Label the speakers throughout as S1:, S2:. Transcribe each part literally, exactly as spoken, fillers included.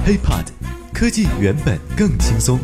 S1: HeyPod， 科技原本更轻松。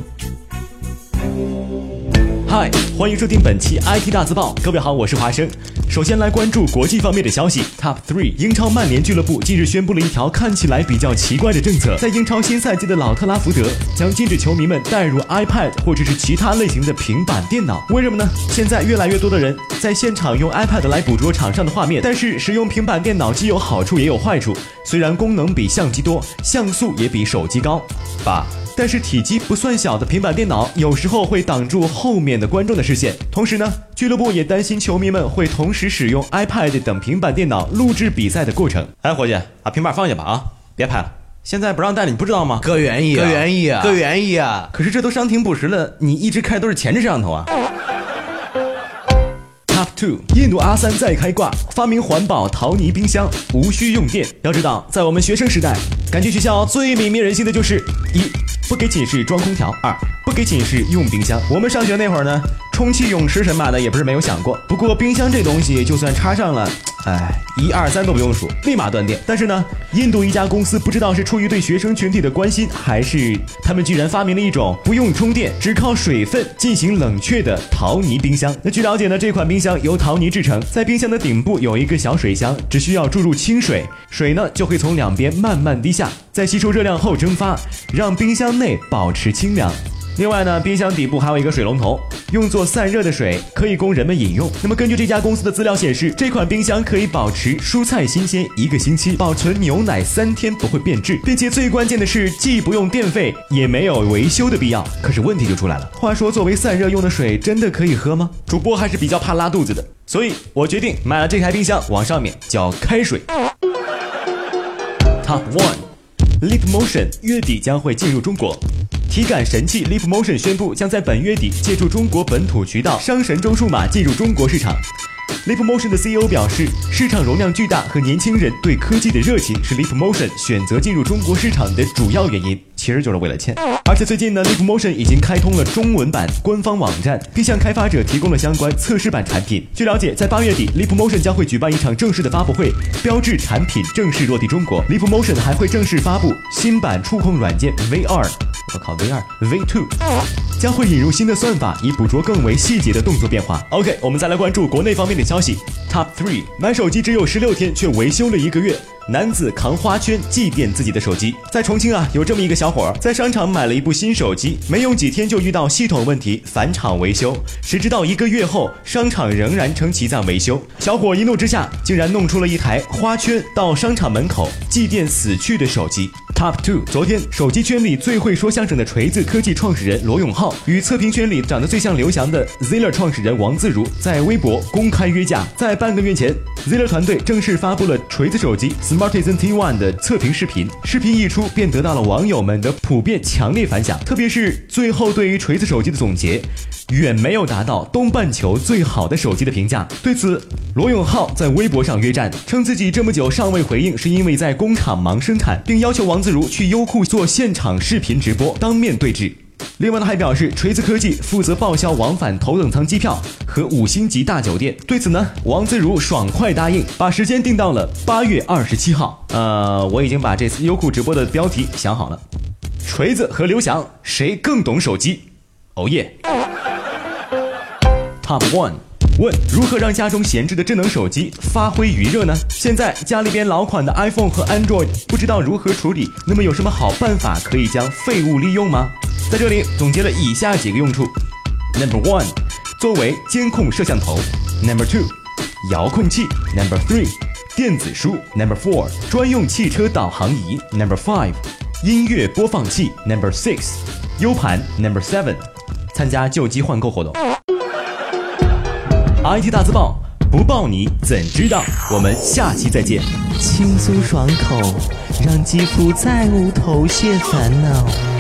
S1: 嗨，欢迎收听本期 I T 大字报。各位好，我是华生。首先来关注国际方面的消息。Top 三， 英超曼联俱乐部近日宣布了一条看起来比较奇怪的政策，在英超新赛季的老特拉福德将禁止球迷们带入 iPad 或者是其他类型的平板电脑。为什么呢？现在越来越多的人在现场用 iPad 来捕捉场上的画面，但是使用平板电脑既有好处也有坏处。虽然功能比相机多，像素也比手机高，把但是体积不算小的平板电脑有时候会挡住后面的观众的视线。同时呢，俱乐部也担心球迷们会同时使用 iPad 等平板电脑录制比赛的过程。哎，伙计，把平板放下吧啊，别拍了。现在不让带了，你不知道吗？
S2: 哥愿意啊，哥愿意啊，哥愿意啊。
S1: 可是这都伤停补时了，你一直开都是前置摄像头啊。Top 二， 印度阿三再开挂，发明环保陶泥冰箱，无需用电。要知道，在我们学生时代，感觉学校最泯灭人心的就是一，不给寝室装空调；二，不给寝室用冰箱。我们上学那会儿呢，充气泳池什么的也不是没有想过。不过冰箱这东西，就算插上了，哎，一二三都不用数，立马断电。但是呢，印度一家公司不知道是出于对学生群体的关心，还是他们居然发明了一种不用充电，只靠水分进行冷却的陶泥冰箱。那据了解呢，这款冰箱由陶泥制成，在冰箱的顶部有一个小水箱，只需要注入清水，水呢就会从两边慢慢滴下，在吸收热量后蒸发，让冰箱内保持清凉。另外呢，冰箱底部还有一个水龙头，用作散热的水可以供人们饮用。那么根据这家公司的资料显示，这款冰箱可以保持蔬菜新鲜一个星期，保存牛奶三天不会变质，并且最关键的是既不用电费，也没有维修的必要。可是问题就出来了，话说作为散热用的水真的可以喝吗？主播还是比较怕拉肚子的，所以我决定买了这台冰箱，往上面浇开水。Top 一， Leap Motion 月底将会进入中国。体感神器 Leap Motion 宣布将在本月底借助中国本土渠道商神州数码进入中国市场。Leap Motion 的 C E O 表示，市场容量巨大和年轻人对科技的热情是 Leap Motion 选择进入中国市场的主要原因，其实就是为了钱。而且最近呢 Leap Motion 已经开通了中文版官方网站，并向开发者提供了相关测试版产品。据了解，在八月底 Leap Motion 将会举办一场正式的发布会，标志产品正式落地中国。Leap Motion 还会正式发布新版触控软件 V 二， 我靠 V 二 V 二 将会引入新的算法，以捕捉更为细节的动作变化。 OK， 我们再来关注国内方面的消息。 Top 三， 买手机只有十六天却维修了一个月，男子扛花圈祭奠自己的手机。在重庆啊，有这么一个小伙儿，在商场买了一部新手机，没用几天就遇到系统问题返厂维修，谁知道一个月后商场仍然称其在维修。小伙一怒之下竟然弄出了一台花圈到商场门口祭奠死去的手机。Top 二， 昨天手机圈里最会说相声的锤子科技创始人罗永浩与测评圈里长得最像刘翔的 Ziller 创始人王自如在微博公开约架。在半个月前， Ziller 团队正式发布了锤子手机 Smartisan T 一 的测评视频，视频一出便得到了网友们的普遍强烈反响，特别是最后对于锤子手机的总结，远没有达到东半球最好的手机的评价。对此，罗永浩在微博上约战，称自己这么久尚未回应是因为在工厂忙生产，并要求王自如去优酷做现场视频直播，当面对质。另外呢，还表示锤子科技负责报销往返头等舱机票和五星级大酒店。对此呢，王自如爽快答应，把时间定到了八月二十七号。呃，我已经把这次优酷直播的标题想好了，锤子和刘翔谁更懂手机？哦耶！ Top 一，问如何让家中闲置的智能手机发挥余热呢？现在家里边老款的 iPhone 和 Android 不知道如何处理，那么有什么好办法可以将废物利用吗？在这里总结了以下几个用处。 Number one， 作为监控摄像头。 Number two， 遥控器。 Number three， 电子书。 Number four， 专用汽车导航仪。 Number five， 音乐播放器。 Number six， U 盘。 Number seven， 参加旧机换购活动。I T 大字报，不报你怎知道？我们下期再见。
S2: 轻松爽口，让肌肤再无头屑烦恼。